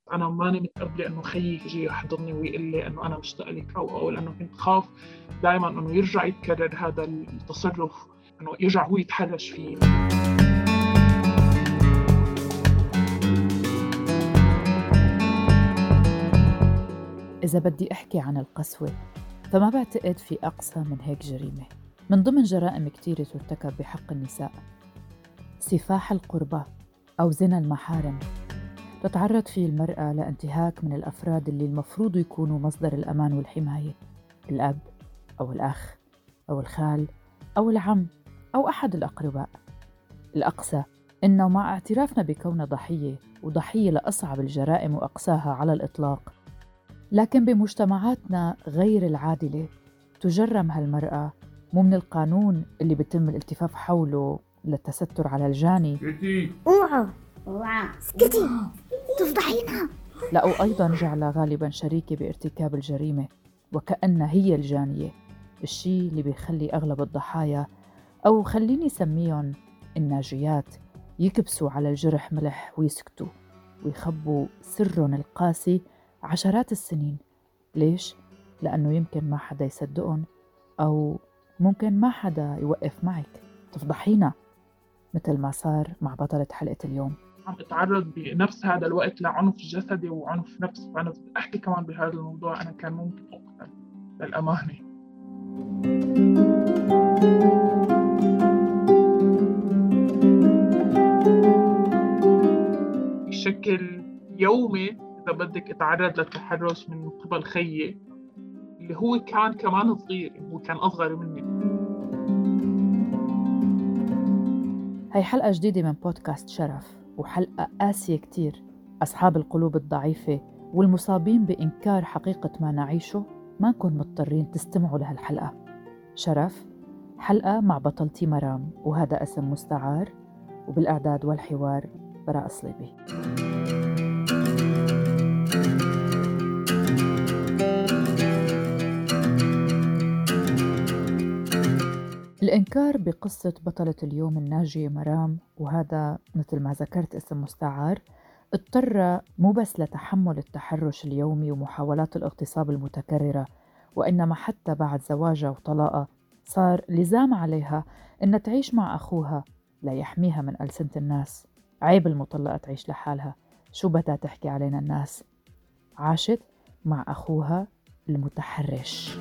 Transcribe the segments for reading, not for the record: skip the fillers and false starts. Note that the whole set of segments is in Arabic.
أنا ماني متقبلة إنه خيي يجي يحضني ويقول لي إنه أنا مشتاق لك، أو لأنه كنت خاف دائماً إنه يرجع يتكرر هذا التصرف، إنه يرجع هو يتحرش فيي. إذا بدي أحكي عن القسوة فما بعتقد في أقسى من هيك جريمة. من ضمن جرائم كتيرة ترتكب بحق النساء سفاح القربى أو زنا المحارم، تتعرض فيه المرأة لانتهاك من الأفراد اللي المفروض يكونوا مصدر الأمان والحماية، الأب أو الأخ أو الخال أو العم أو أحد الأقرباء. الأقسى إنه مع اعترافنا بكونها ضحية وضحية لأصعب الجرائم وأقساها على الإطلاق، لكن بمجتمعاتنا غير العادلة تجرم هالمرأة مو من القانون اللي بيتم الالتفاف حوله للتستر على الجاني. اوعى اسكتي تفضحينا. لا، وأيضاً جعلها غالباً شريكة بارتكاب الجريمة وكأنها هي الجانية، الشيء اللي بيخلي أغلب الضحايا أو خليني سميهم الناجيات يكبسوا على الجرح ملح ويسكتوا ويخبوا سرهم القاسي عشرات السنين. ليش؟ لأنه يمكن ما حدا يصدقهم، أو ممكن ما حدا يوقف معك، تفضحينا مثل ما صار مع بطلة حلقة اليوم. عم اتعرض بنفس هذا الوقت لعنف جسدي وعنف نفسي، فأنا أحكي كمان بهذا الموضوع أنا كان ممكن أقتل للأمانة. بشكل يومي إذا بدك أتعرض للتحرش من قبل خيي اللي هو كان كمان صغير، هو كان أصغر مني. هاي حلقة جديدة من بودكاست شرف، وحلقة قاسية كتير. أصحاب القلوب الضعيفة والمصابين بإنكار حقيقة ما نعيشه ما نكون مضطرين تستمعوا لهالحلقة. شرف حلقة مع بطلتي مرام، وهذا اسم مستعار، وبالإعداد والحوار براء صليبي. الإنكار بقصة بطلة اليوم الناجية مرام، وهذا مثل ما ذكرت اسم مستعار، اضطر مو بس لتحمل التحرش اليومي ومحاولات الاغتصاب المتكررة، وإنما حتى بعد زواجها وطلاقها صار لزام عليها إن تعيش مع أخوها ليحميها من ألسنة الناس. عيب المطلقة تعيش لحالها، شو بدها تحكي علينا الناس؟ عاشت مع أخوها المتحرش.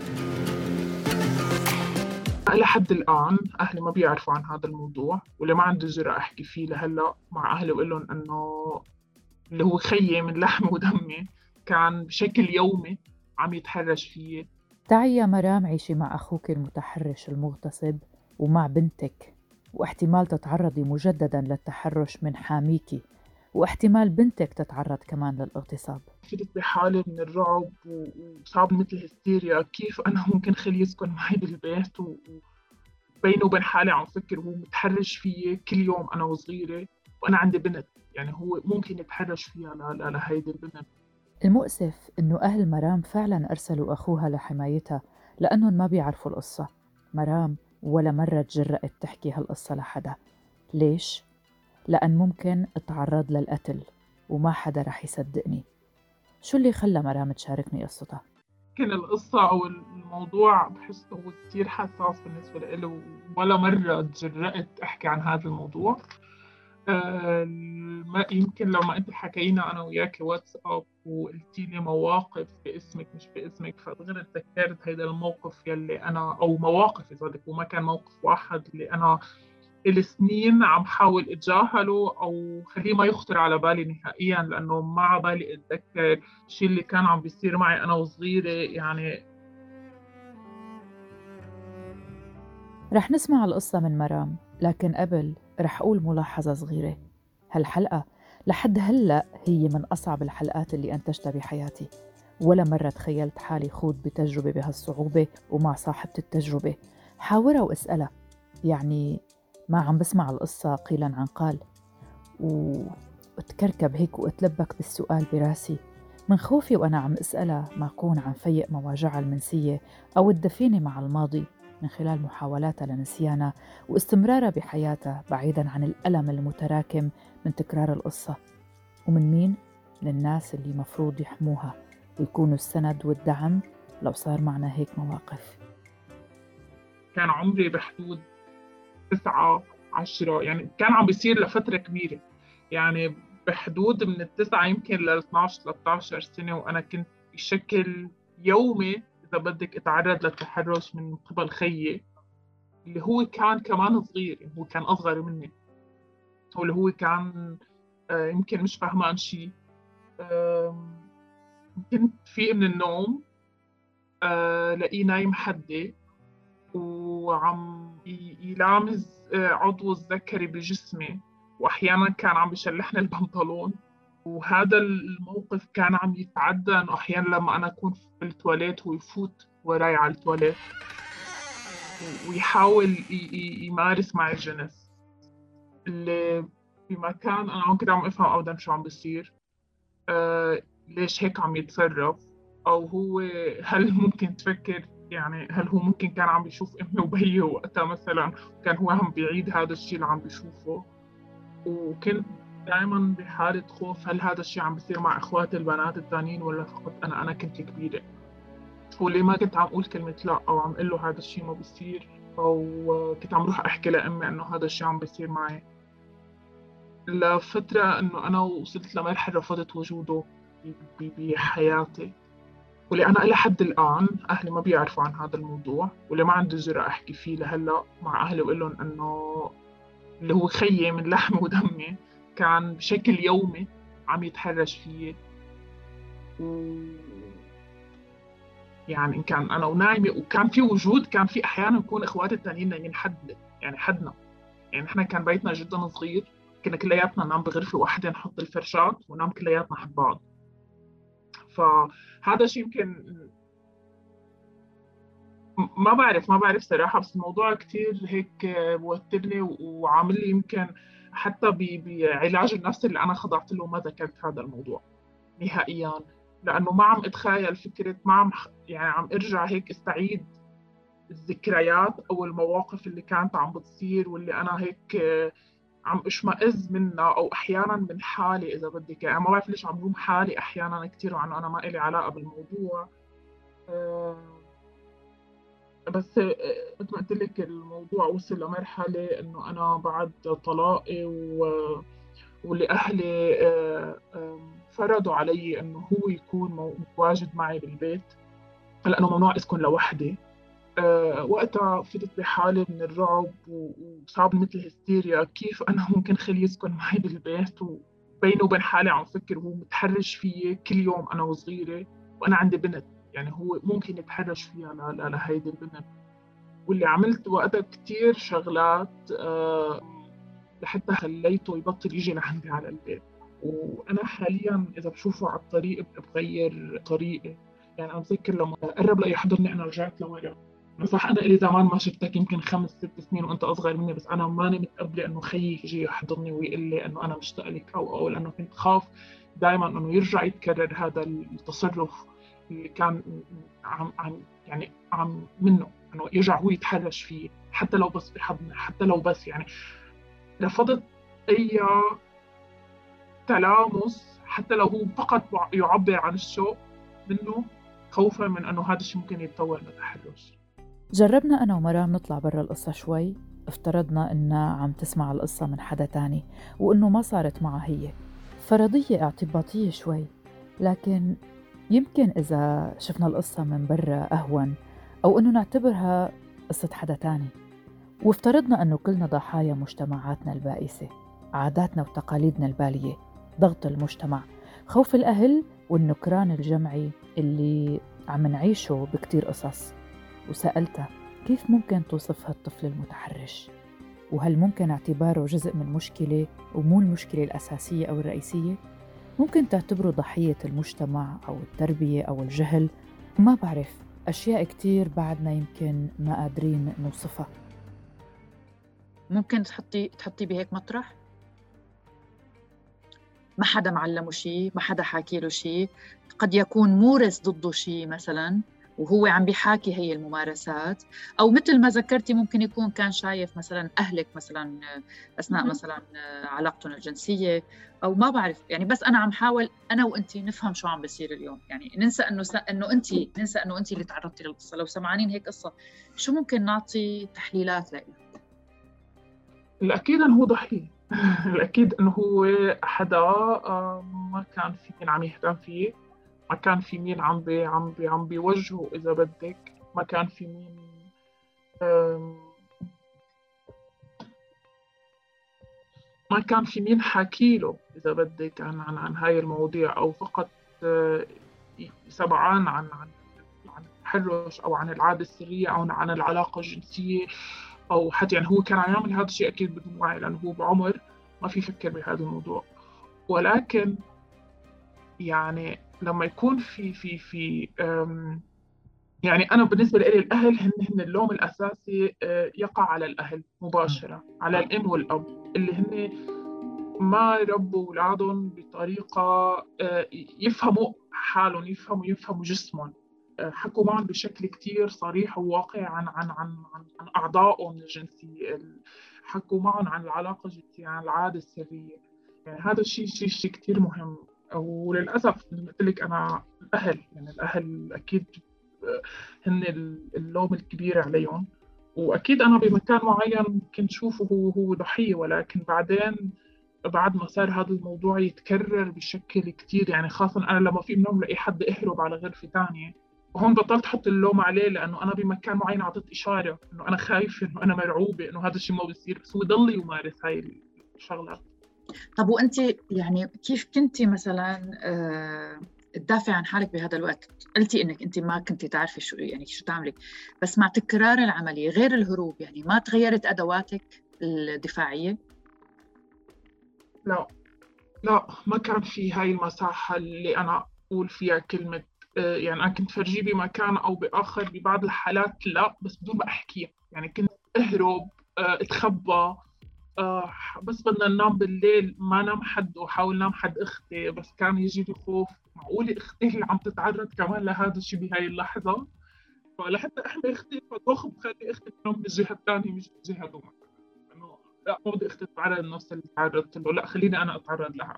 إلى حد الآن أهلي ما بيعرفوا عن هذا الموضوع، واللي ما عندي جرأة أحكي فيه لهلا مع أهلي وأقول لهم إنه اللي هو خيي من لحمي ودمي كان بشكل يومي عم يتحرش فيي. تعي يا مرام عيشي مع أخوك المتحرش المغتصب ومع بنتك، واحتمال تتعرضي مجدداً للتحرش من حاميكي، واحتمال بنتك تتعرض كمان للاغتصاب. فضلت بحالة من الرعب وصاب مثل هستيريا، كيف أنا ممكن خليه يسكن معي بالبيت وبينه وبين حالي عم فكر هو متحرش فيي كل يوم أنا وصغيرة، وأنا عندي بنت، يعني هو ممكن يتحرش فيها لهيدي البنت. المؤسف إنه أهل مرام فعلاً أرسلوا أخوها لحمايتها لأنهم ما بيعرفوا القصة. مرام ولا مرة تجرأت تحكي هالقصة لحدا. ليش؟ لأن ممكن اتعرض للقتل وما حدا رح يصدقني. شو اللي خلى مرام تشاركني قصتها؟ يمكن القصة أو الموضوع بحس هو كتير حساس بالنسبة لي، ولا مرة تجرأت أحكي عن هذا الموضوع. ما يمكن لما أنت حكينا أنا وياك واتساب وقلتي لي مواقف باسمك مش باسمك، فدغري تذكرت هيدا الموقف يلي أنا، أو مواقف إذا بدك، وما كان موقف واحد اللي أنا السنين عم حاول أتجاهله أو خليه ما يخطر على بالي نهائيا، لأنه ما على بالي أتذكر الشيء اللي كان عم بيصير معي أنا وصغيرة يعني. رح نسمع القصة من مرام، لكن قبل رح أقول ملاحظة صغيرة. هالحلقة لحد هلأ هي من أصعب الحلقات اللي أنتجتها بحياتي. ولا مرة تخيلت حالي خوض بتجربة بهالصعوبة ومع صاحبة التجربة حاورها واسألها، يعني ما عم بسمع القصة قيلاً عن قال، واتكركب هيك واتلبك بالسؤال براسي من خوفي وأنا عم أسألها ما أكون عم فيق مواجعها المنسية أو الدفينة مع الماضي من خلال محاولاتها لنسيانها واستمرارها بحياتها بعيداً عن الألم المتراكم من تكرار القصة. ومن مين؟ للناس اللي مفروض يحموها ويكونوا السند والدعم لو صار معنا هيك مواقف. كان عمري بحدود 9-10، يعني كان عم بيصير لفترة كبيرة، يعني بحدود من 9 يمكن ل 12-13 سنة، وأنا كنت بشكل يومي إذا بدك أتعرض للتحرش من قبل خيي، اللي هو كان كمان صغير، يعني هو كان أصغر مني، واللي هو كان يمكن مش فاهمان شيء. كنت في من النوم لقيه نايم حدي وعم يلامس عضو الذكري بجسمي، وأحيانا كان عم بيشلحني البنطلون. وهذا الموقف كان عم يتعدى إنه أحيانا لما أنا أكون في التواليت هو يفوت وراي على التواليت ويحاول يمارس معي الجنس، اللي بمكان أنا عم كده عم أفهم أبدا شو عم بيصير، ليش هيك عم يتصرف، أو هو هل ممكن تفكر يعني هل هو ممكن كان عم بيشوف أمي وبيي وقتها مثلا، كان هو عم بيعيد هذا الشيء اللي عم بيشوفه. وكنت دائما بحالة خوف، هل هذا الشيء عم بيصير مع إخواتي البنات الثانيين ولا فقط أنا كنت كبيرة. وليه ما كنت عم أقول كلمة لا، أو عم أقول له هذا الشيء ما بيصير، أو كنت عم روح أحكي لأمي إنه هذا الشيء عم بيصير معي، لفترة إنه أنا وصلت لمرحلة رفضت وجوده بحياتي. واللي أنا إلى حد الآن أهلي ما بيعرفوا عن هذا الموضوع، واللي ما عندي جرأة أحكي فيه لهلا مع أهلي وأقول لهم إنه اللي هو خيي من لحمي ودمي كان بشكل يومي عم يتحرش فيي. يعني إن كان أنا ونايمة وكان في وجود، كان في أحيانا يكون إخواتي التانيين نايمين يعني حدنا، يعني إحنا كان بيتنا جدا صغير، كنا كلياتنا ننام بغرفة واحدة، نحط الفرشات وننام كلياتنا حد بعض. فهذا شيء يمكن ما بعرف صراحة، بس الموضوع كتير هيك بوترني وعامل لي يمكن حتى بعلاج النفسي اللي أنا خضعت له ما ذكرت هذا الموضوع نهائيا، لأنه ما عم أتخيل فكرة، ما عم يعني عم أرجع هيك أستعيد الذكريات أو المواقف اللي كانت عم بتصير، واللي أنا هيك عم اشمئز منها، أو أحيانا من حالي إذا بدك. يعني ما بعرف ليش عم لوم حالي أحيانا كتير، وعنه أنا ما إلي علاقة بالموضوع. بس مثل ما قلت لك الموضوع وصل لمرحلة إنه أنا بعد طلاقي واللي أهلي فرضوا علي إنه هو يكون متواجد معي بالبيت، لأنه ممنوع أسكن لوحدي. وقتها فتت بحالة من الرعب وصاب مثل هستيريا، كيف أنا ممكن خليه يسكن معي بالبيت، وبيني وبين حالي عم فكر هو متحرش فيي كل يوم أنا وصغيرة، وأنا عندي بنت، يعني هو ممكن يتحرش فيها لهيدي البنت. واللي عملت وقتها كتير شغلات لحتى خليته يبطل يجي لعندي على البيت. وأنا حاليا إذا بشوفه على الطريق بغير طريقي، يعني أنا بتذكر لما قرب ليحضرني أنا رجعت لورا. صح أنا إلي زمان ما شفتك، يمكن 5-6 سنين وأنت أصغر مني، بس أنا ماني متقبلة إنه خيي يجي يحضرني ويقول لي إنه أنا مشتاق لك، أو لأنه كنت خاف دائما إنه يرجع يتكرر هذا التصرف اللي كان عم منه، إنه يرجع هو يتحرش فيه، حتى لو بس بحضني، حتى لو بس يعني رفضت أي تلامس، حتى لو هو فقط يعبر عن الشوق منه، خوفا من أنه هذا الشيء ممكن يتطور لتحرش. جربنا أنا ومرام نطلع برا القصة شوي، افترضنا إنها عم تسمع القصة من حدا تاني وإنه ما صارت معها هي، فرضية اعتباطية شوي، لكن يمكن إذا شفنا القصة من برا أهون، أو إنه نعتبرها قصة حدا تاني. وافترضنا أنه كلنا ضحايا مجتمعاتنا البائسة، عاداتنا وتقاليدنا البالية، ضغط المجتمع، خوف الأهل والنكران الجمعي اللي عم نعيشه بكتير قصص. وسألتها كيف ممكن توصف هالطفل المتحرش؟ وهل ممكن اعتباره جزء من مشكلة ومو المشكلة الأساسية أو الرئيسية؟ ممكن تعتبره ضحية المجتمع أو التربية أو الجهل؟ ما بعرف، أشياء كتير بعدنا يمكن ما قادرين نوصفها. ممكن تحطي بهيك مطرح ما حدا معلمه شيء، ما حدا حاكي له شيء، قد يكون مورس ضده شيء مثلا، وهو عم بيحاكي هي الممارسات، أو مثل ما ذكرتي ممكن يكون كان شايف مثلا أهلك مثلا أثناء مثلا علاقتهم الجنسية، أو ما بعرف يعني. بس أنا عم حاول أنا وأنتي نفهم شو عم بيصير اليوم، يعني ننسى إنه أنتي اللي تعرضتي للقصة. لو سمعانين هيك قصة شو ممكن نعطي تحليلات لها؟ الأكيد إنه هو ضحية. الأكيد إنه هو حدا ما كان في مين عم يهتم فيه، ما كان في مين عم بيوجهه إذا بدك، ما كان في مين آم، ما كان في مين حاكي له إذا بدك عن هاي المواضيع، أو فقط آه، سمعان عن التحرش أو عن العادة السرية أو عن العلاقة الجنسية، أو حتى يعني هو كان عم يعمل هذا الشيء أكيد بدون وعي، لأنه هو بعمر ما في يفكر بهذا الموضوع. ولكن يعني لما يكون في يعني أنا بالنسبة لي الأهل هن اللوم الأساسي يقع على الأهل مباشرة، على الأم والأب اللي هن ما يربوا أولادهم بطريقة يفهموا حالهم، يفهموا جسمهم، حكوا معهم بشكل كتير صريح وواقعي عن أعضائهم الجنسية، حكوا معهم عن العلاقة الجنسية، عن العادة السرية. يعني هذا الشيء كتير مهم. وللأسف مثل قلت لك أنا الأهل أكيد هن اللوم الكبير عليهم. وأكيد أنا بمكان معين كنت شوفه هو ضحية، ولكن بعدين بعد ما صار هذا الموضوع يتكرر بشكل كتير، يعني خاصة أنا لما في منهم لاقي حد اهرب على غرفة تانية، وهون بطلت أحط اللوم عليه، لأنه أنا بمكان معين أعطيت إشارة إنه أنا خايفة، إنه أنا مرعوبة، إنه هذا الشيء ما بيصير، بس هو ضل يمارس هاي الشغلات. طب وأنت يعني كيف كنتي مثلا تدافع عن حالك بهذا الوقت؟ قلتي إنك أنت ما كنتي تعرفي شو تعملي، بس مع تكرار العملية غير الهروب يعني ما تغيرت أدواتك الدفاعية؟ لا لا، ما كان في هاي المساحة اللي أنا أقول فيها كلمة يعني أنا كنت فرجيه بمكان أو بآخر ببعض الحالات، لا بس بدون ما أحكيها، يعني كنت أهرب أتخبى. بس بدنا ننام بالليل ما نام حد، وحاول نام حد أختي، بس كان يجي لي خوف معقولة أختي اللي عم تتعرض كمان لهذا الشيء بهاي اللحظة، فلحتى أحمي أختي فبخ بخلي أختي تنام بالجهة الثانية مش بالجهة دوما، إنه لا ما بدي أختي تتعرض لنفس اللي تعرضت له، لا خليني أنا أتعرض لها.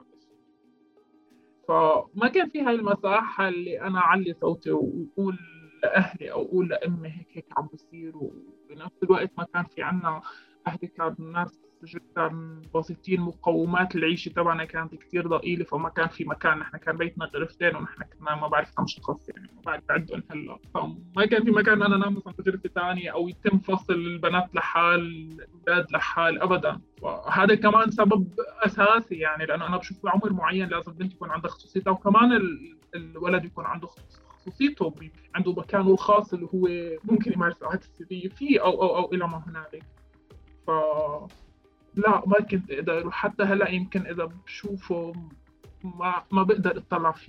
فما كان في هاي المساحة اللي أنا أعلي صوتي وأقول لأهلي أو أقول لأمي هيك عم بصير. وبنفس الوقت ما كان في عنا، أهلي كانوا ناس جدا بسيطين، مقومات العيشة تبعنا كانت كتير ضئيلة، فما كان في مكان، نحن كان بيتنا غرفتين ونحن كنا ما بعرف كم شخص، يعني ما بعرف بعدهم هلا، فما كان في مكان أنا أنام مثلا بغرفة ثانية أو يتم فصل البنات لحال الأولاد لحال أبدا. وهذا كمان سبب أساسي، يعني لأنه أنا بشوف بعمر معين لازم البنت يكون عندها خصوصيتها، وكمان الولد يكون عنده خصوصيته، عنده مكانه الخاص اللي هو ممكن يمارس العادة السرية فيه أو إلى ما هنالك. ف لا ما كنت أقدر، وحتى هلا يمكن إذا بشوفه ما بقدر أطلع فيه،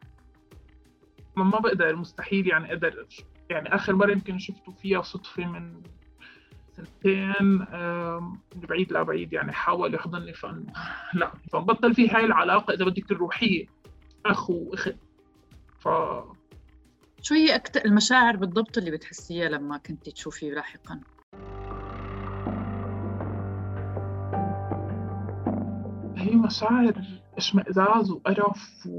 ما بقدر، مستحيل يعني أقدر. يعني آخر مرة يمكن شفته فيها صدفة من سنتين، من بعيد لبعيد، يعني حاول يحضني لا فبطل في هاي العلاقة إذا بدك الروحية أخ وأخت. شو هي أكثر المشاعر بالضبط اللي بتحسيها لما كنت تشوفيه لاحقاً؟ هي مشاعر اشمئزاز وقرف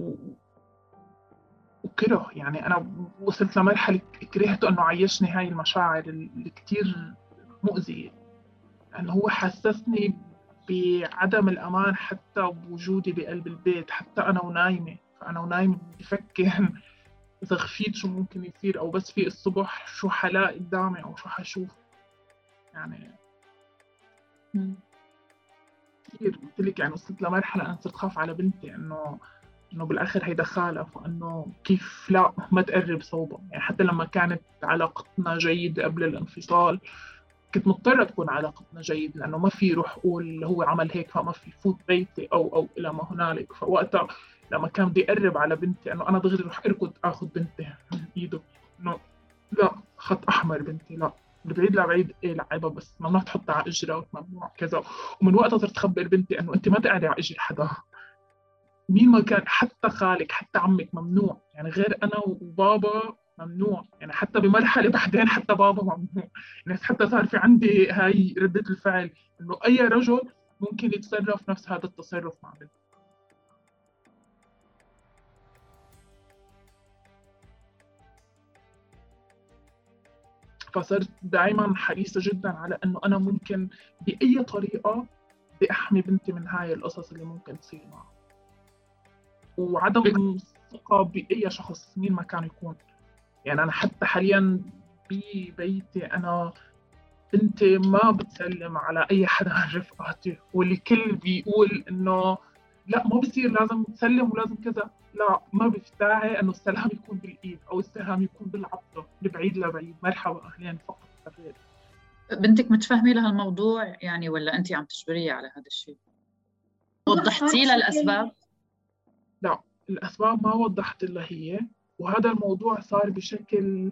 وكره، يعني أنا وصلت لمرحلة كرهته إنه عيشني هاي المشاعر اللي كتير مؤذية، لأنه هو حسسني بعدم الأمان حتى بوجودي بقلب البيت، حتى أنا ونايمة، فأنا ونايمة بفكر إذا خفيت شو ممكن يصير، أو بس في الصبح شو حلاقي قدامي أو شو حشوف. يعني كثير قلت لك، يعني وصلت لمرحلة أنا صرت خاف على بنتي إنه بالآخر هيدا خالف، وإنه كيف لا ما تقرب صوبه. يعني حتى لما كانت علاقتنا جيدة قبل الانفصال كنت مضطرة تكون علاقتنا جيدة، لأنه ما في روح أقول هو عمل هيك فما في فوت بيتي أو إلى ما هنالك. فوقتها لما كان بدي أقرب على بنتي إنه أنا دغري روح أركض آخذ بنتي من إيده، إنه لا خط أحمر بنتي لا، بعيد لبعيد إيه لعبها، بس ممنوع تحطها على إجرها وممنوع كذا. ومن وقتها صرت أخبر بنتي إنه أنت ما تقعدي على إجر حدا، مين ما كان، حتى خالك حتى عمك ممنوع، يعني غير أنا وبابا ممنوع. يعني حتى بمرحلة بعدين حتى بابا ممنوع. يعني حتى صار في عندي هاي ردة الفعل إنه أي رجل ممكن يتصرف نفس هذا التصرف مع بنت. فصرت دائما حريصة جدا على إنه أنا ممكن بأي طريقة بدي أحمي بنتي من هاي القصص اللي ممكن تصير معها، وعدم الثقة بأي شخص مين ما كان يكون. يعني أنا حتى حاليا ببيتي أنا بنتي ما بتسلم على أي حدا من رفقاتي، والكل بيقول إنه لا ما بصير لازم تسلم ولازم كذا. لا، ما بفتاعي إنه السلام يكون بالإيد أو السلام يكون بالعطف لبعيد لبعيد، مرحبا أهلين فقط لا غير. بنتك متفهمة لها الموضوع يعني، ولا أنت عم تجبريها على هذا الشيء؟ وضحتي لها الأسباب؟ لا، الأسباب ما وضحت لها هي، وهذا الموضوع صار بشكل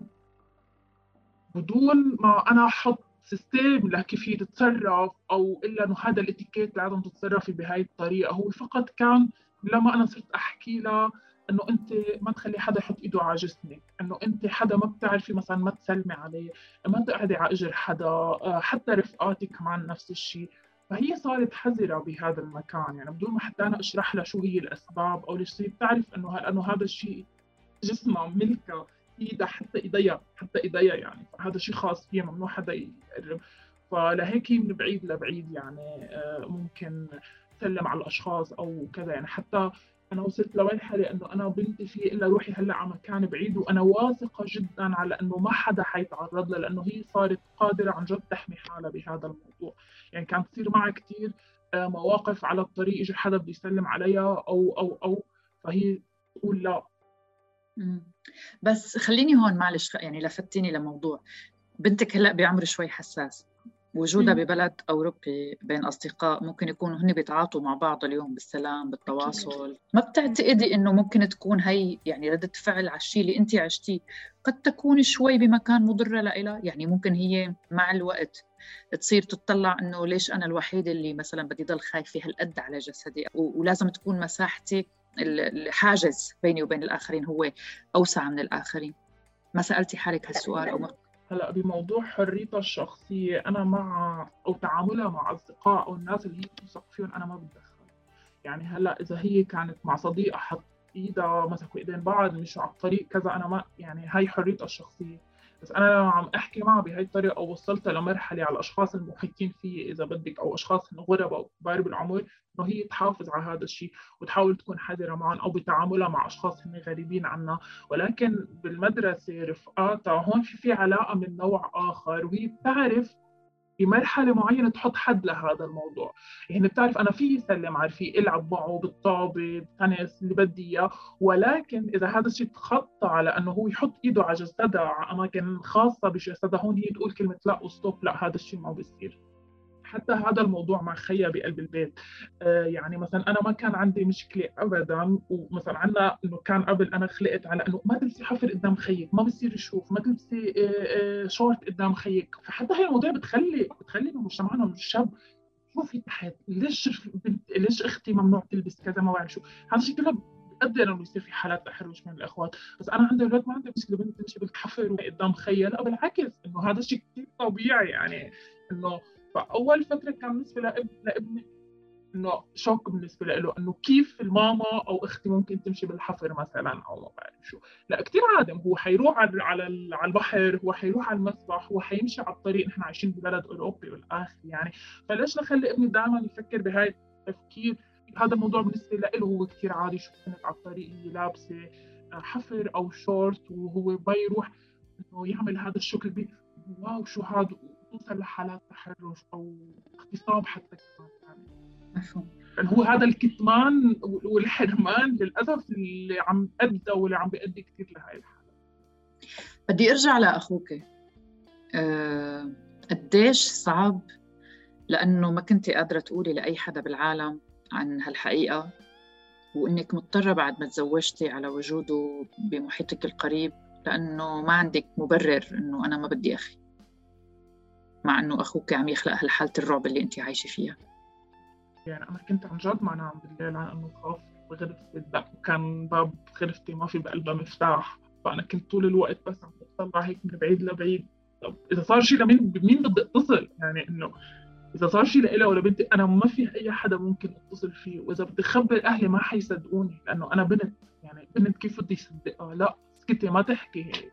بدون ما أنا أحط سيستم لكيف هي تتصرف أو إلا إنه هذا الاتيكيت لازم تتصرفي بهاي الطريقة. هو فقط كان لما أنا صرت أحكي لها إنه أنت ما تخلي حدا يحط إيده على جسمك، إنه أنت حدا ما بتعرفي مثلا ما تسلمي عليه، ما تقعدي على إجر حدا، حتى رفقاتك كمان نفس الشيء. فهي صارت حذرة بهذا المكان، يعني بدون ما حتى أنا أشرح لها شو هي الأسباب أو ليش. هي بتعرف إنه هذا الشيء جسمها ملكها، ايدها حتى ايديها يعني، فهذا شيء خاص فيها، ممنوع حدا يقرب. فلهيك هي من بعيد لبعيد يعني ممكن تسلم على الاشخاص او كذا. يعني حتى انا وصلت لمرحله انه انا بنتي في الا روحي هلا على مكان بعيد وانا واثقه جدا على انه ما حدا حيتعرض لها، لانه هي صارت قادره عن جد تحمي حالها بهذا الموضوع. يعني كانت تصير معها كثير مواقف على الطريق يجي حدا بده يسلم عليها او فهي تقول لا. بس خليني هون معلش، يعني لفتيني لموضوع بنتك هلأ بعمر شوي حساس، وجودها ببلد أوروبي بين أصدقاء ممكن يكونوا هن بيتعاطوا مع بعض اليوم بالسلام بالتواصل. ما بتعتقدي إنه ممكن تكون هي يعني ردة فعل على الشيء اللي أنت عشتيه قد تكون شوي بمكان مضرة لإلها؟ يعني ممكن هي مع الوقت تصير تطلع إنه ليش أنا الوحيدة اللي مثلا بدي ضل خايفة هالقد على جسدي، ولازم تكون مساحتي الحاجز بيني وبين الآخرين هو أوسع من الآخرين. ما سألتي حالك هالسؤال أو هلا بموضوع حريتها الشخصية أنا مع أو تعاملها مع أصدقاء أو الناس اللي هي بتثق فيهم أنا ما بتدخل. يعني هلا إذا هي كانت مع صديقة حط إيدها مسكوا إيدين بعض مشوا على الطريق كذا، أنا ما يعني هاي حريتها الشخصية. بس أنا لما عم أحكي معها بهاي الطريقة أو وصلت لمرحلة على الأشخاص المحيطين فيي إذا بدك أو أشخاص غرباء أو كبار بالعمر، إنه هي تحافظ على هذا الشيء وتحاول تكون حذرة معهم أو بتعاملها مع أشخاص هن غريبين عنها. ولكن بالمدرسة رفقاتها هون في علاقة من نوع آخر، وهي بتعرف بمرحلة معينة تحط حد لهذا الموضوع. يعني بتعرف أنا في سلم على رفيق ألعب معه بالطابة بالتنس اللي بدي إياه، ولكن إذا هذا الشيء تخطى على أنه هو يحط إيده على جسدها على أماكن خاصة بجسدها، هون هي تقول كلمة لا وستوب، لا هذا الشيء ما بيصير. حتى هذا الموضوع مع خيا بقلب البيت. يعني مثلا انا ما كان عندي مشكله ابدا، ومثلا عندنا انه كان قبل انا خلقت على انه ما تلبسي حفر قدام خيك، ما بصير يشوف، ما تلبسي شورت قدام خيك. فحتى هي الموضوع بتخلي بمجتمعنا انه الشاب شوفي تحت، ليش اختي ممنوع تلبس كذا، ما بعرف شو. هذا الشيء كله بقدر انه يصير في حالات تحرش من الاخوات. بس انا عندي اولاد ما عندي مشكله بنت تمشي بالحفر قدام خيا، لا بالعكس انه هذا الشيء كثير طبيعي. يعني انه فاول فتره كان بالنسبه لابني انه شوك بالنسبه له انه كيف الماما او اختي ممكن تمشي بالحفر مثلا او ما بعرف شو. لا كثير عادي، هو حيروح على البحر، هو حيروح على المسبح، هو حيمشي على الطريق. نحن عايشين ببلد اوروبي بالاخر يعني، فليش نخلي ابني دائما يفكر بهاي التفكير؟ هذا الموضوع بالنسبه له هو كثير عادي. شوف بنت على الطريق هي لابسه حفر او شورت وهو بيروح انه يعمل هذا الشكل واو شو هذا، توصل لحالات تحرش او اغتصاب حتى كمان يعني. مفهوم. يعني هو هذا الكتمان والحرمان للأسف اللي عم أدى واللي عم بيؤدي كثير لهاي الحالة. بدي أرجع لأخوك. قديش صعب لأنه ما كنتي قادرة تقولي لأي حدا بالعالم عن هالحقيقة، وإنك مضطرة بعد ما تزوجتي على وجوده بمحيطك القريب لأنه ما عندك مبرر إنه أنا ما بدي أخي، مع إنه أخوك عم يخلق هالحالة الرعب اللي أنت عايشة فيها. يعني أنا كنت عن جد ما أنام بالليل عن إنه خاف بغرفتي الدق، وكان باب غرفتي ما في بقلبها مفتاح، فأنا كنت طول الوقت بس عم بطلع هيك من بعيد لبعيد. طب إذا صار شيء لمين بدي أتصل؟ يعني إنه إذا صار شيء لإلها ولا بنتي أنا ما في أي حدا ممكن أتصل فيه، وإذا بدي أخبر أهلي ما حيصدقوني لأنه أنا بنت. يعني بنت كيف بدي يصدقها؟ لا اسكتي ما تحكي هيك.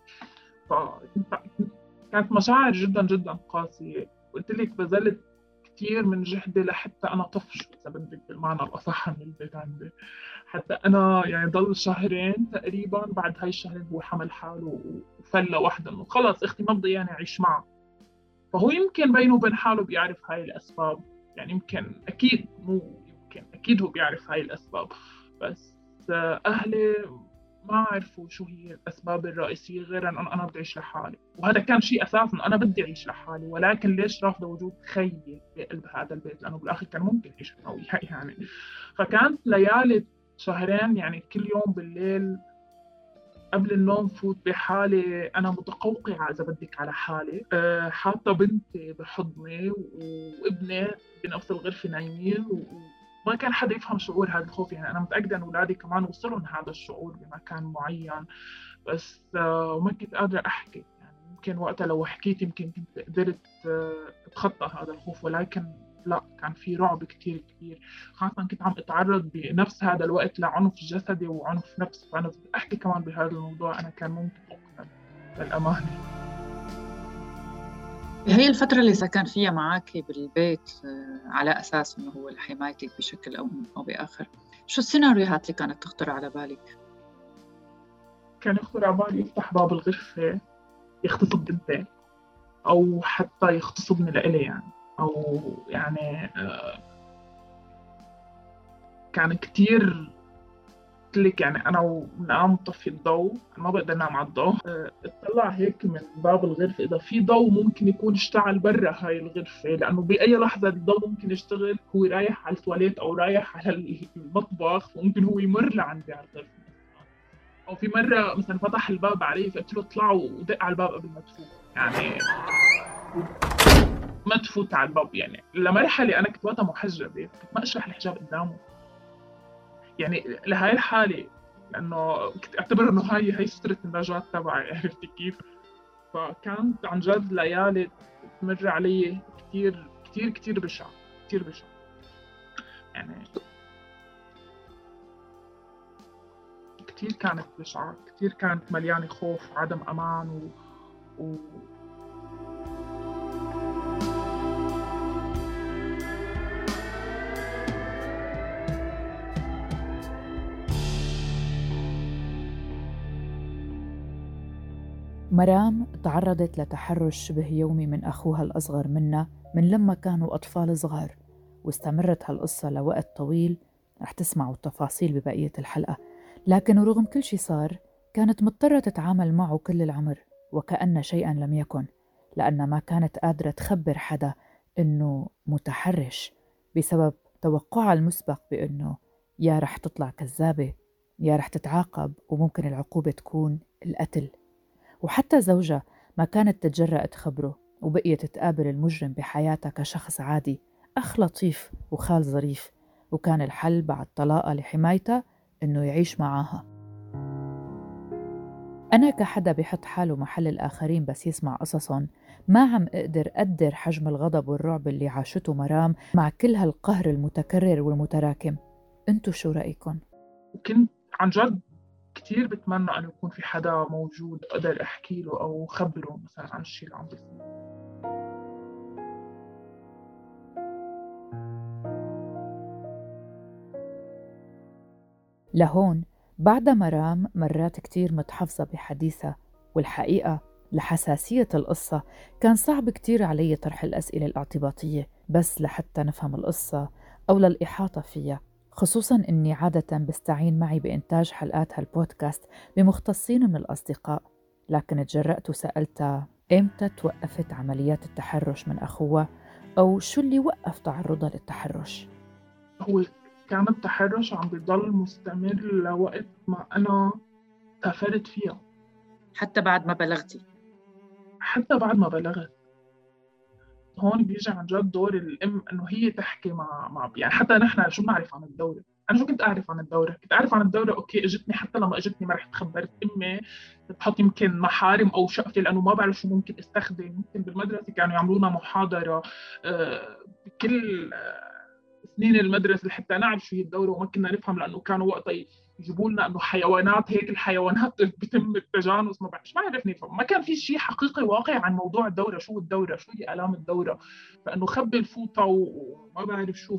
كانت مشاعر جدا جدا قاسية. قلت لك بذلت كثير من جهدي لحتى أنا طفش إذا بدك بالمعنى الأصح من البيت عندي. حتى أنا يعني ضل شهرين تقريبا، بعد هاي الشهرين هو حمل حاله وفل لوحده إنه خلص أختي ما بدي يعني أعيش معه. فهو يمكن بينه وبين حاله بيعرف هاي الأسباب، يعني يمكن أكيد مو يمكن أكيد هو بيعرف هاي الأسباب، بس أهلي ما عرفوا شو هي الأسباب الرئيسية غير أن أنا بدي أعيش لحالي. وهذا كان شيء أساس أنه أنا بدي أعيش لحالي، ولكن ليش رافضة وجود خيي بقلب هذا البيت؟ لأنه بالآخر كان ممكن يعيش أنا وياه يعني. فكانت ليالي شهرين يعني كل يوم بالليل قبل النوم فوت بحالي أنا متقوقعة إذا بدك على حالي، حاطة بنتي بحضني وابني بنفس الغرفة نايمين، وما كان حدا يفهم شعور هذا الخوف. يعني أنا متأكدة أن أولادي كمان وصلهم هذا الشعور بمكان معين، بس ما كنت قادرة أحكي. يعني يمكن وقتها لو حكيت يمكن كنت قدرت أتخطى هذا الخوف، ولكن لا، كان في رعب كتير كبير. خاصة كنت عم أتعرض بنفس هذا الوقت لعنف جسدي وعنف نفسي، فأنا بدي أحكي كمان بهذا الموضوع أنا كان ممكن أقتل للأمانة. هي الفترة اللي سكن فيها معك بالبيت على أساس إنه هو لحمايتك بشكل أو بآخر، شو السيناريوهات اللي كانت تخطر على بالك؟ كان يخطر على بالي يفتح باب الغرفة يغتصب بنتي، أو حتى يغتصبني لإلي يعني، أو يعني كان كتير. قلت لك يعني أنا ونام طفي الضوء، ما بقدر أنام على الضوء. اطلع هيك من باب الغرفة إذا في ضوء ممكن يكون اشتعل برا هاي الغرفة، لأنه بأي لحظة الضوء ممكن يشتغل، هو رايح على التواليت أو رايح على المطبخ، وممكن هو يمر لعندي على الغرفة. أو في مرة مثلا فتح الباب علي فقلت له اطلع ودق على الباب قبل ما تفوت، يعني ما تفوت على الباب. يعني لمرحلة أنا كنت وقتها محجبة، كنت ما أشرح الحجاب قدامه يعني لهاي الحالة، لأنه كنت أعتبر إنه هاي سترة النجاة تبعي. عرفتي كيف؟ فكانت عن جد ليالي تمر علي كتير كتير كتير بشعة، كتير بشعة يعني، كتير كانت بشعة، كتير كانت مليانة خوف وعدم أمان و... مرام تعرضت لتحرش شبه يومي من أخوها الأصغر منها من لما كانوا أطفال صغار، واستمرت هالقصة لوقت طويل. رح تسمعوا التفاصيل ببقية الحلقة. لكن رغم كل شي صار كانت مضطرة تتعامل معه كل العمر وكأن شيئا لم يكن، لأن ما كانت قادرة تخبر حدا إنه متحرش بسبب توقعها المسبق بإنه يا رح تطلع كذابة يا رح تتعاقب، وممكن العقوبة تكون القتل. وحتى زوجها ما كانت تتجرأ تخبره، وبقيت تقابل المجرم بحياتها كشخص عادي، أخ لطيف وخال ظريف. وكان الحل بعد طلاقها لحمايتها إنه يعيش معاها. أنا كحدا بيحط حاله محل الآخرين بس يسمع قصصهم، ما عم أقدر حجم الغضب والرعب اللي عاشته مرام مع كل هالقهر المتكرر والمتراكم. أنتو شو رأيكم؟ وكنت عن جد كتير بتمنى أن يكون في حدا موجود أقدر أحكي له أو خبره مثلا عن الشيء اللي عم بيصير. لهون بعد مرام مرات كتير متحفظة بحديثها، والحقيقة لحساسية القصة كان صعب كتير علي طرح الأسئلة الاعتباطية بس لحتى نفهم القصة أو للإحاطة فيها، خصوصاً إني عادة بستعين معي بإنتاج حلقات هالبودكاست بمختصين من الأصدقاء. لكن تجرأت وسألتها إمتى توقفت عمليات التحرش من أخوها، أو شو اللي وقف تعرضها للتحرش. هو كان التحرش عم بيضل مستمر لوقت ما أنا سافرت فيها، حتى بعد ما بلغتي؟ حتى بعد ما بلغت. هون بيجي عن جد دور الأم إنه هي تحكي مع يعني حتى نحن شو بنعرف عن الدولة. أنا شو كنت أعرف عن الدورة؟ كنت أعرف عن الدورة أوكي، إجتني حتى لما إجتني ما رحت خبرت أمي تحط يمكن محارم أو شقفة، لأنه ما بعرف شو ممكن استخدم. يمكن بالمدرسة كانوا يعملونا محاضرة بكل سنين المدرسة لحتى نعرف شو هي الدورة، وما كنا نفهم لأنه كانوا وقتها يجيبوا لنا إنه حيوانات هيك، الحيوانات بتم التجانس، ما بعرف نفهم، ما كان في شيء حقيقي واقعي عن موضوع الدورة، شو الدورة، شو هي آلام الدورة. فإنه خبي الفوطة وما بعرف شو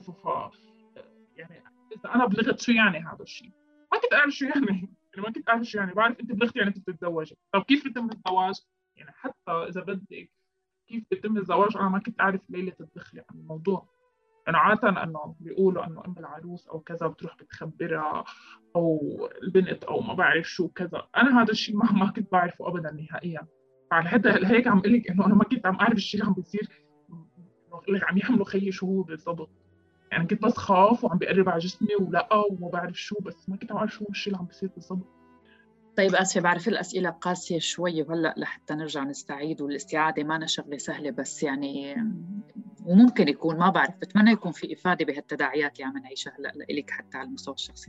يعني إذا أنا بلغت شو يعني هذا الشيء، ما كنت أعرف شو يعني ما كنت أعرف شو يعني. بعرف أنت بلغت يعني أنت بتتزوج، طب كيف بيتم الزواج؟ يعني حتى إذا بدك كيف بيتم الزواج أنا ما كنت أعرف ليلة الدخلة عن الموضوع. أنا عادة إنه بيقولوا إنه أم العروس أو كذا بتروح بتخبرها أو البنت أو ما بعرف شو كذا. أنا هذا الشيء ما كنت بعرفه أبدا نهائيا. على هذا هيك عم قلك إنه أنا ما كنت عم أعرف الشيء اللي عم بيصير، اللي عم يحملوا خيي شو هو بالضبط. يعني كنت بس خاف وعم بيقرب على جسمي ولا وما بعرف شو، بس ما كنت عم أعرف شو الشيء اللي عم بيصير بالضبط. طيب آسفة، بعرف الأسئلة قاسية شوي، وهلأ لحتى نرجع نستعيد، والاستعادة ما شغلة سهلة، بس يعني وممكن يكون ما بعرف، بتمنى يكون في إفادة بهالتداعيات اللي عم نعيشها هلأ لإلك حتى على المستوى الشخصي.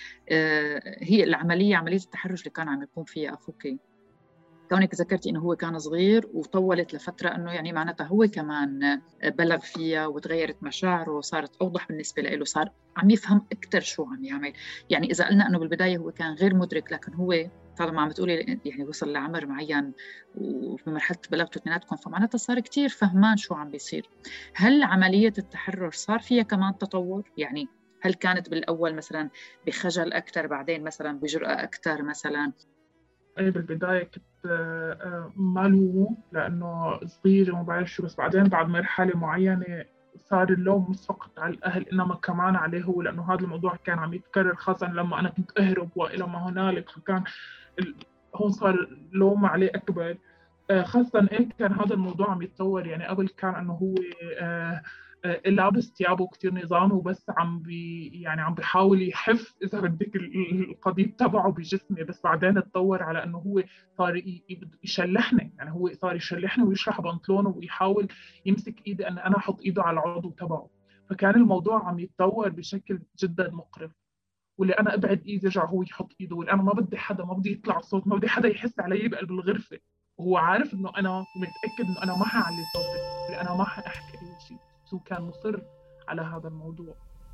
هي العملية، عملية التحرش اللي كان عم يقوم فيها أخوك، كونك ذكرتي إنه هو كان صغير وطولت لفترة، إنه يعني معناتها هو كمان بلغ فيها وتغيرت مشاعره وصارت أوضح بالنسبة له، صار عم يفهم أكثر شو عم يعمل. يعني إذا قلنا إنه بالبداية هو كان غير مدرك، لكن هو طالما عم تقولي يعني وصل لعمر معين وفي مرحلة بلغته اثنيناتكم، فمعناتها صار كتير فهمان شو عم بيصير. هل عملية التحرر صار فيها كمان تطور؟ يعني هل كانت بالأول مثلا بخجل أكثر، بعدين مثلا بجرأة أكثر مثلا؟ أنا بالبداية كنت مالومه لأنه صغير وما بعرف شو، بس بعدين بعد مرحلة معينة صار اللوم مش فقط على الأهل إنما كمان عليه هو، لأنه هذا الموضوع كان عم يتكرر، خاصة لما أنا كنت أهرب وإلى ما هنالك، فكان هون صار اللوم عليه أكبر. خاصة إن كان هذا الموضوع عم يتطور. يعني قبل كان إنه هو لابس ثيابه كتير نظامي وبس يعني عم بيحاول يحف إذا بدك القضيب تبعه بجسمي، بس بعدين اتطور على إنه هو صار يشلحني. يعني هو صار يشلحني ويشرح بنطلونه ويحاول يمسك إيدي أن أنا أحط إيده على العضو تبعه. فكان الموضوع عم يتطور بشكل جدا مقرف، واللي انا ابعد ايدي يرجع هو يحط ايده، واللي انا ما بدي حدا، ما بدي يطلع صوت، ما بدي حدا يحس علي بقلب الغرفه، وهو عارف انه انا ومتاكد انه انا ما حعلي صوتي، اللي انا ما حاحكي اي شيء. بس هو كان مصر على هذا الموضوع.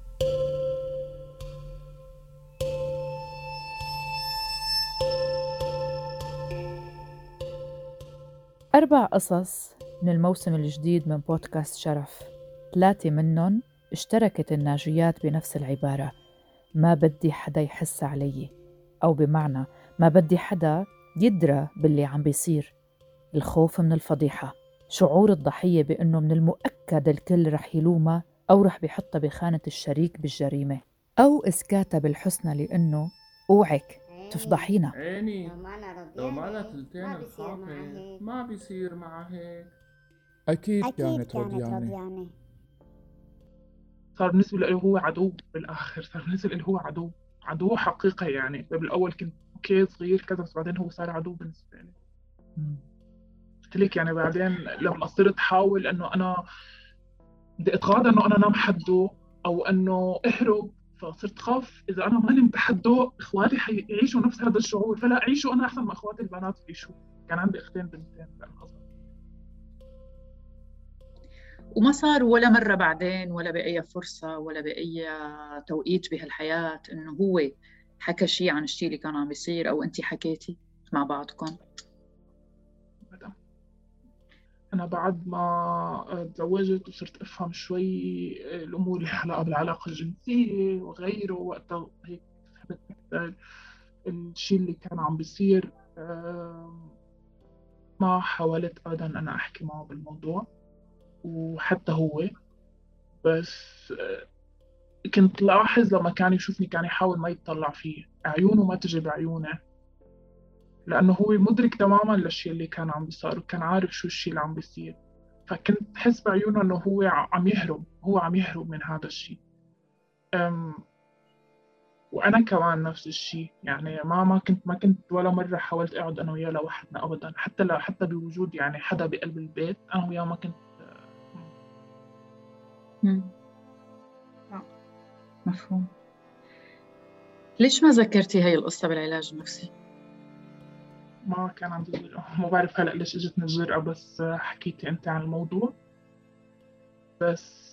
أربع قصص من الموسم الجديد من بودكاست شرف، 3 منهم اشتركت الناجيات بنفس العبارة: ما بدي حدا يحس علي، أو بمعنى ما بدي حدا يدرى باللي عم بيصير. الخوف من الفضيحة، شعور الضحية بأنه من المؤكد الكل رح يلومها أو رح بيحطها بخانة الشريك بالجريمة، أو إسكاتها بالحسنى لأنه اوعك تفضحينا. عيني لو ما ما تلتين بيصير معها الخاطر هيك. ما بيصير معها هيك. أكيد كانت رضيانة. صار بالنسبه له هو عدو بالاخر، صار بالنسبه له هو عدو حقيقي. يعني بالاول كنت اوكي صغير كذا، بس بعدين هو صار عدو بالنسبه لي. قلت لك يعني بعدين لما صرت احاول انه انا بدي اتغاضى انه انا نام حده او انه اهرب، فصرت خاف اذا انا ما نمت حده اخواتي حيعيشوا نفس هذا الشعور، فلا اعيشه انا احسن ما اخواتي البنات يعيشوا. كان عندي اختين بنتين كان اصغر. وما صار ولا مرة بعدين، ولا بأي فرصة، ولا بأي توقيت بهالحياة إنه هو حكى شيء عن الشيء اللي كان عم بيصير، أو أنتي حكيتي مع بعضكم؟ أبداً. أنا بعد ما تزوجت وصرت أفهم شوي الأمور اللي علاقة بالعلاقة الجنسية وغيره، وقتها هيك فهمت أكثر الشيء اللي كان عم بيصير. ما حاولت أبداً أنا أحكي معه بالموضوع، وحتى هو بس كنت لاحظ لما كان يشوفني كان يحاول ما يتطلع فيه، عيونه ما تجي بعيونه، لأنه هو مدرك تماماً للشيء اللي كان عم بيصير وكان عارف شو الشيء اللي عم بيصير. فكنت حس بعيونه إنه هو عم يهرب، هو عم يهرب من هذا الشيء. وأنا كمان نفس الشيء. يعني ما كنت ولا مرة حاولت أقعد أنا وياه لوحدنا أبداً، حتى بوجود يعني حدا بقلب البيت أنا وياه ما كنت. مفهوم. ليش ما ذكرتي هاي القصة بالعلاج النفسي؟ ما كان عندي جرأة، ما بعرف هلأ ليش اجتني الجرأة، بس حكيتي أنت عن الموضوع. بس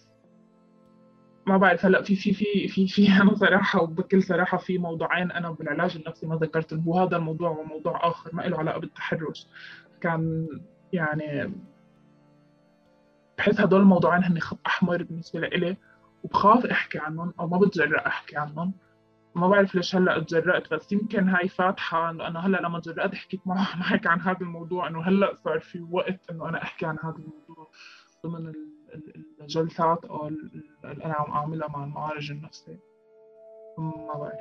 ما بعرف هلأ في أنا صراحة وبكل صراحة في موضوعين أنا بالعلاج النفسي ما ذكرتهم، وهذا الموضوع وموضوع آخر ما له علاقة بالتحرش. كان يعني بحس هدول الموضوعين هن خط أحمر بالنسبة لإلي، وبخاف أحكي عنهم أو ما بتجرأ أحكي عنهم. ما بعرف ليش هلا اتجرأت، بس يمكن هاي فاتحة إنه أنا هلا لما تجرأت حكيت معك عن هذا الموضوع، إنه هلا صار في وقت إنه أنا أحكي عن هذا الموضوع ضمن الجلسات أو اللي أنا عم أعملها مع المعالج النفسي. ما بعرف.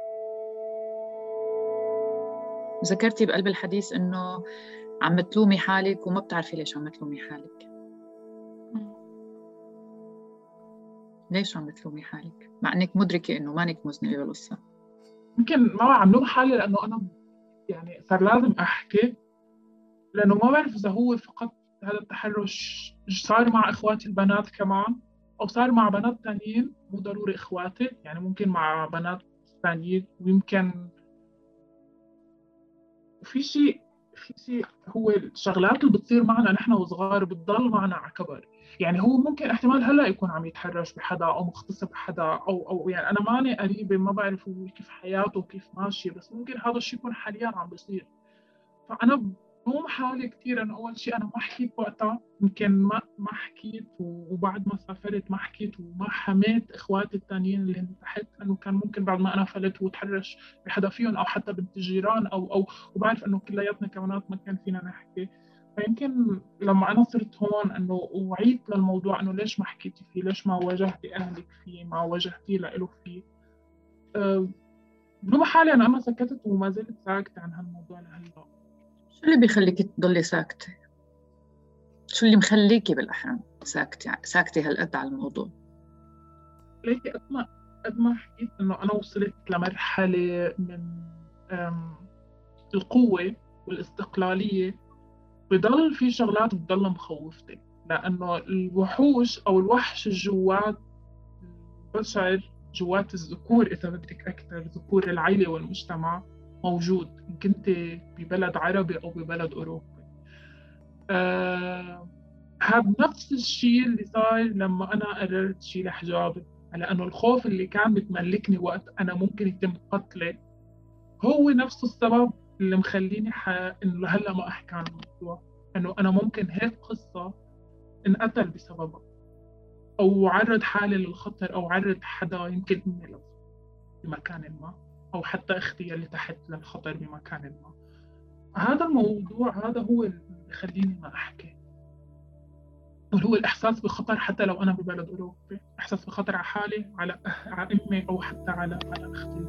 ذكرتي بقلب الحديث إنه عم تلومي حالك وما بتعرفي ليش عم تلومي حالك. ليش عم تلومي حالك مع إنك مدركة إنه مانك مذنبة بالقصة؟ يمكن ما عم لوم حالي لأنه أنا يعني صار لازم أحكي، لأنه ما بعرف إذا هو فقط هذا التحرش صار مع إخواتي البنات كمان أو صار مع بنات تانيين، مو ضروري إخواتي، يعني ممكن مع بنات تانيين. ويمكن في شيء هو الشغلات اللي بتصير معنا نحن وصغار بتضل معنا على كبر. يعني هو ممكن احتمال هلا يكون عم يتحرش بحدا او مغتصب حدا او يعني انا ماني قريبه، ما بعرف هو كيف حياته وكيف ماشي، بس ممكن هذا الشيء يكون حاليا عم بيصير. فأنا بلوم حالي كثير إنه أول شيء أنا ما حكيت وقتها، يمكن ما حكيت، وبعد ما سافرت ما حكيت وما حميت إخواتي الثانيين اللي هن تحت، لأنه كان ممكن بعد ما أنا فلت وتحرش بحدا فيهم أو حتى بنت الجيران أو وبعرف إنه كلياتنا كونات ما كان فينا نحكي. فيمكن لما أنا صرت هون إنه وعيت للموضوع إنه ليش ما حكيتي فيه، ليش ما واجهتي أهلك فيه، ما واجهتي له فيه. بلوم حالي أنا سكتت وما زلت ساكتة عن هالموضوع لهلا. شو اللي بيخليك تضلي ساكتة؟ شو اللي مخليكي بالأحرى ساكتة هالقد على الموضوع؟ ليكي قد ما حكيت إنه أنا وصلت لمرحلة من القوة والاستقلالية، بضل في شغلات بتضل مخوفتي، لأنه الوحوش أو الوحش الجوات البشر، جوات الذكور إذا بدك أكثر، ذكور العائلة والمجتمع موجود، إن كنت ببلد عربي أو ببلد أوروبي. هذا نفس الشيء اللي صار لما أنا قررت شيل حجابي، لأنه الخوف اللي كان بتملكني وقت أنا ممكن يتم قتلي هو نفس السبب اللي مخليني إنه هلا ما أحكي عن الموضوع، إنه أنا ممكن هيك قصة انقتل بسببها، أو عرض حالي للخطر، أو عرض حدا يمكن أمي بمكان ما، أو حتى أختي اللي تحت للخطر بمكان ما. هذا الموضوع هذا هو اللي بخليني ما أحكي، هو الإحساس بخطر. حتى لو أنا ببلد أوروبي، إحساس بخطر على حالي، على أمي، أو حتى على أختي.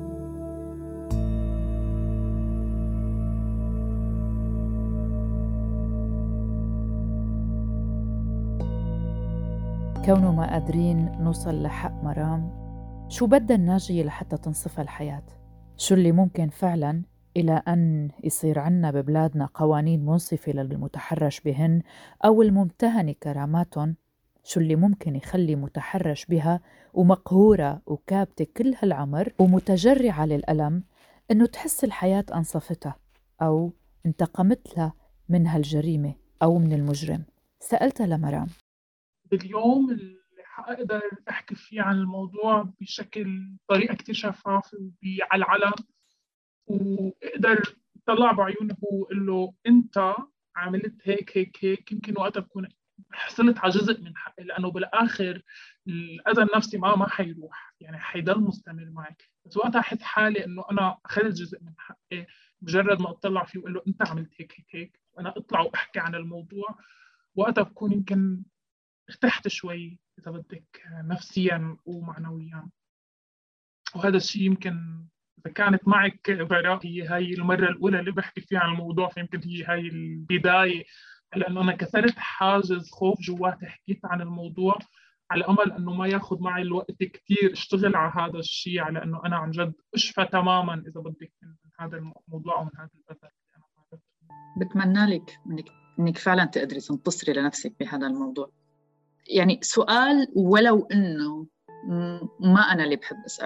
كونه ما قادرين نوصل لحق مرام، شو بدها الناجية لحتى تنصفها الحياة؟ شو اللي ممكن فعلاً إلى أن يصير عنا ببلادنا قوانين منصفة للمتحرش بهن أو الممتهن كراماتهم؟ شو اللي ممكن يخلي متحرش بها ومقهورة وكابتة كل هالعمر ومتجرعة للألم إنه تحس الحياة أنصفتها أو انتقمت لها من هالجريمة أو من المجرم؟ سألتها لمرام. باليوم اللي حقدر أحكي فيه عن الموضوع بشكل طريقة كتير شفافة على العلن، وأقدر طلع بعيونه وقول له أنت عملت هيك هيك هيك، يمكن وقتها بكون حصلت على جزء من حقي، لأنه بالآخر الأذى النفسي ما حيروح، يعني حيضل مستمر معك. بس وقتها أحس حالي إنه أنا أخذت جزء من حقي، مجرد ما أطلع فيه وأقول له أنت عملت هيك هيك هيك، وأنا أطلع وأحكي عن الموضوع، وقتها بكون يمكن ارتحت شوي إذا بدك نفسيا ومعنويا. وهذا الشيء يمكن إذا كانت معك براء هي هاي المرة الأولى اللي بحكي فيها عن الموضوع، فيمكن هي هاي البداية، لأنه أنا كسرت حاجز خوف جواتي، حكيت عن الموضوع على أمل أنه ما ياخذ معي الوقت كتير اشتغل على هذا الشيء، على أنه أنا عن جد أشفى تماما إذا بدك من هذا الموضوع أو من هذا الأذى اللي أنا عملته. بتمنى لك إنك فعلا تقدري تنتصري لنفسك بهذا الموضوع. يعني سؤال ولو إنه ما أنا اللي بحب أسأله،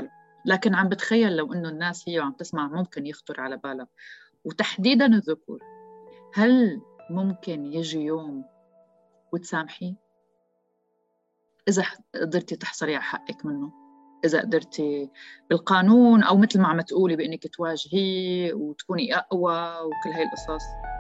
لكن عم بتخيل لو إنه الناس هي عم تسمع ممكن يخطر على بالها، وتحديداً الذكور، هل ممكن يجي يوم وتسامحي إذا قدرتي تحصلي على حقك منه؟ إذا قدرتي بالقانون، أو مثل ما عم تقولي بإنك تواجهي وتكوني أقوى وكل هاي القصص؟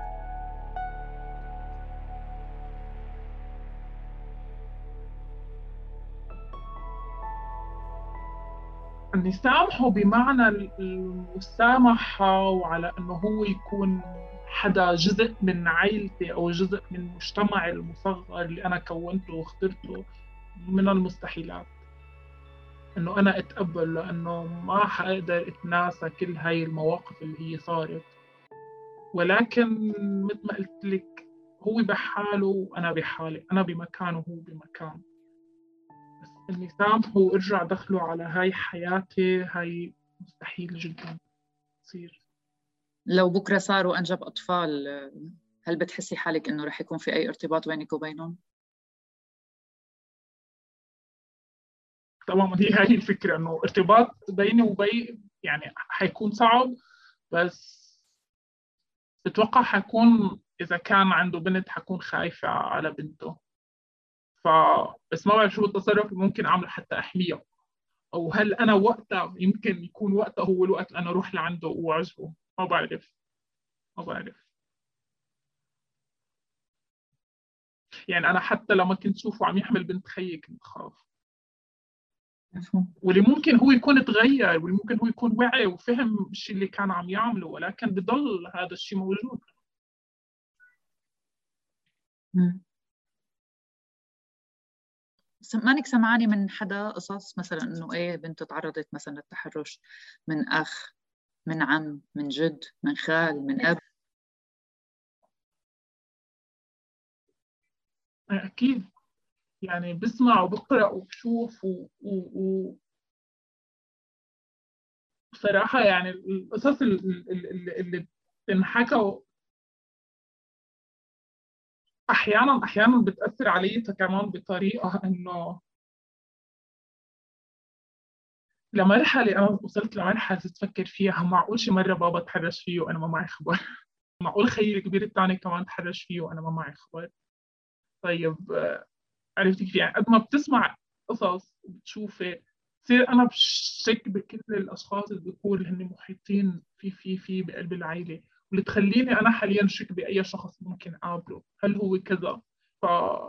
أن يسامحه بمعنى المسامحة، وعلى أنه هو يكون حدا جزء من عائلتي أو جزء من مجتمعي المصغر اللي أنا كونته واخترته، من المستحيلات أنه أنا أتقبل، لأنه ما حقدر أتناسى كل هاي المواقف اللي هي صارت. ولكن مثل ما قلت لك، هو بحاله وأنا بحالي، أنا بمكان وهو بمكان. بس إني سامحه وأرجع دخله على هاي حياتي، هاي مستحيل جدا تصير. لو بكرة صار وأنجب أطفال، هل بتحسي حالك إنه رح يكون في أي ارتباط بينك وبينهم؟ تماما، هاي الفكرة، إنه ارتباط بيني وبين يعني حيكون صعب. بس بتوقع حكون إذا كان عنده بنت حكون خايفة على بنته. بس ما بعرف شو التصرف اللي ممكن أعمله حتى أحميها، أو هل أنا وقتها يمكن يكون وقتها هو الوقت اللي أنا أروح لعنده وأعجبه. ما بعرف. يعني أنا حتى لما كنت شوفه عم يحمل بنت خيي كنت خاف. واللي ممكن هو يكون تغير، واللي ممكن هو يكون وعي وفهم الشيء اللي كان عم يعمله، ولكن بضل هذا الشيء موجود. مانك سمعاني من حدا قصص مثلا إنه إيه بنته تعرضت مثلا للتحرش من أخ، من عم، من جد، من خال، من أب؟ أكيد، يعني بسمع وبقرأ وبشوف وصراحة يعني القصص اللي بتنحكى أحيانا بتأثر علي كمان بطريقة إنه لمرحلة أنا وصلت لمرحلة تفكر فيها، معقول شي مرة بابا تحرش فيه وأنا ما معي خبر؟ معقول خيي الكبير الثاني كمان تحرش فيه وأنا ما معي خبر؟ طيب، عرفت كيف؟ يعني قد ما بتسمع قصص وبتشوفي، بصير أنا بشك بكل الأشخاص الذكور اللي هن محيطين في بقلب العائلة، واللي تخليني أنا حاليا شك بأي شخص ممكن أقابله، هل هو كذا؟ ف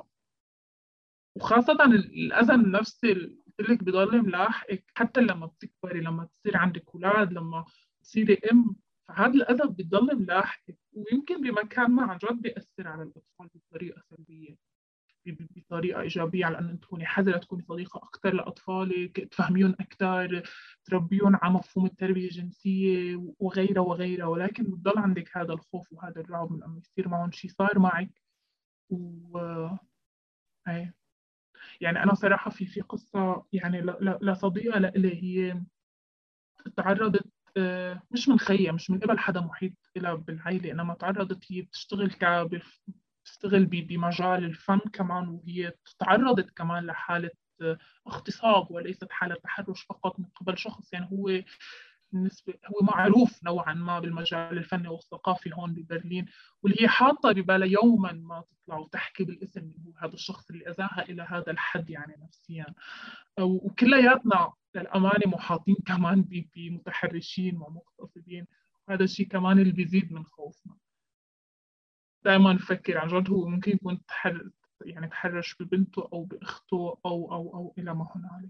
وخاصة الأذى النفسي اللي قلت لك بضل ملاحقك حتى لما بتكبري، لما تصير عندك أولاد، لما تصيري أم، فهذا الأذى بضل ملاحقك، ويمكن بمكان ما عن جد بيأثر على الأطفال بطريقة سلبية، بطريقة إيجابية، على أن تكوني حذرة، تكوني صديقة أكثر لأطفالك، تفهميهم أكثر، تربيهم على مفهوم التربية الجنسية وغيرها وغيرها. ولكن بتضل عندك هذا الخوف وهذا الرعب من أنه يصير معهم شيء صار معك. و أي. يعني أنا صراحة في قصة، يعني لصديقة لإلي، هي تعرضت، مش من خيها، مش من قبل حدا محيط لها بالعائلة، إنما تعرضت، هي بتشتغل بمجال الفن كمان، وهي تعرضت كمان لحالة اغتصاب، وليست حالة تحرش فقط من قبل شخص. يعني هو معروف نوعا ما بالمجال الفني والثقافي هون ببرلين، واللي هي حاطة ببالها يوما ما تطلع وتحكي بالاسم اللي هو هذا الشخص اللي أذاها إلى هذا الحد يعني نفسيا. وكلياتنا للأمانة محاطين كمان بمتحرشين ومغتصبين. هذا الشيء كمان اللي بيزيد من خوفنا. دائما نفكر عن جد هو ممكن يكون يعني تحرش ببنته أو بأخته أو إلى ما هنالك.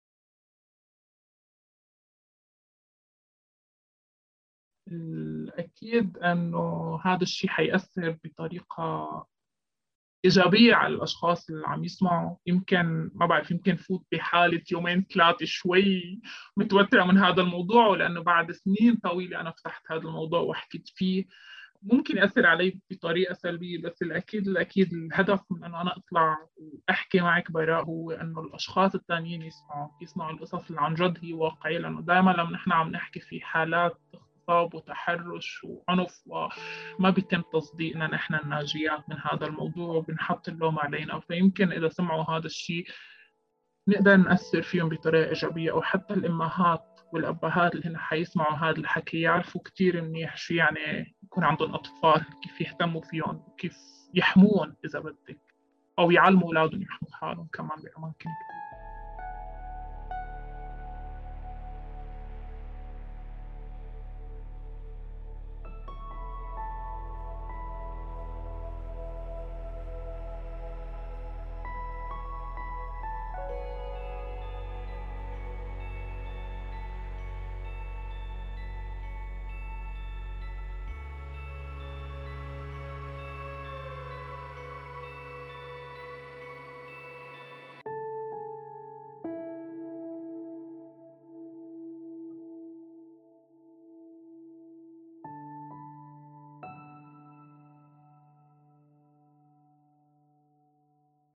الأكيد أنه هذا الشيء حيأثر بطريقة إيجابية على الأشخاص اللي عم يسمعوا. يمكن ما بعرف، يمكن فوت بحالة يومين ثلاثة شوي متوترة من هذا الموضوع، ولأنه بعد سنين طويلة أنا فتحت هذا الموضوع وحكيت فيه، ممكن يأثر علي بطريقة سلبية. بس الأكيد الهدف من أنه أنا أطلع وأحكي معك براء هو أنه الأشخاص الثانيين يسمعوا القصص اللي عن جد هي واقعية. لأنه دائما لما نحن عم نحكي في حالات اغتصاب وتحرش وعنف، وما بيتم تصديقنا نحن الناجيات من هذا الموضوع، وبنحط اللوم علينا. فيمكن إذا سمعوا هذا الشيء نقدر نأثر فيهم بطريقة إيجابية، أو حتى الأمهات والأبهات اللي هن حيسمعوا هذا الحكي يعرفوا كتير منيح شو يعني يكون عندهم أطفال، كيف يهتموا فيهم وكيف يحموهم إذا بدك، أو يعلموا أولادهم يحموا حالهم كمان بأماكن كتير.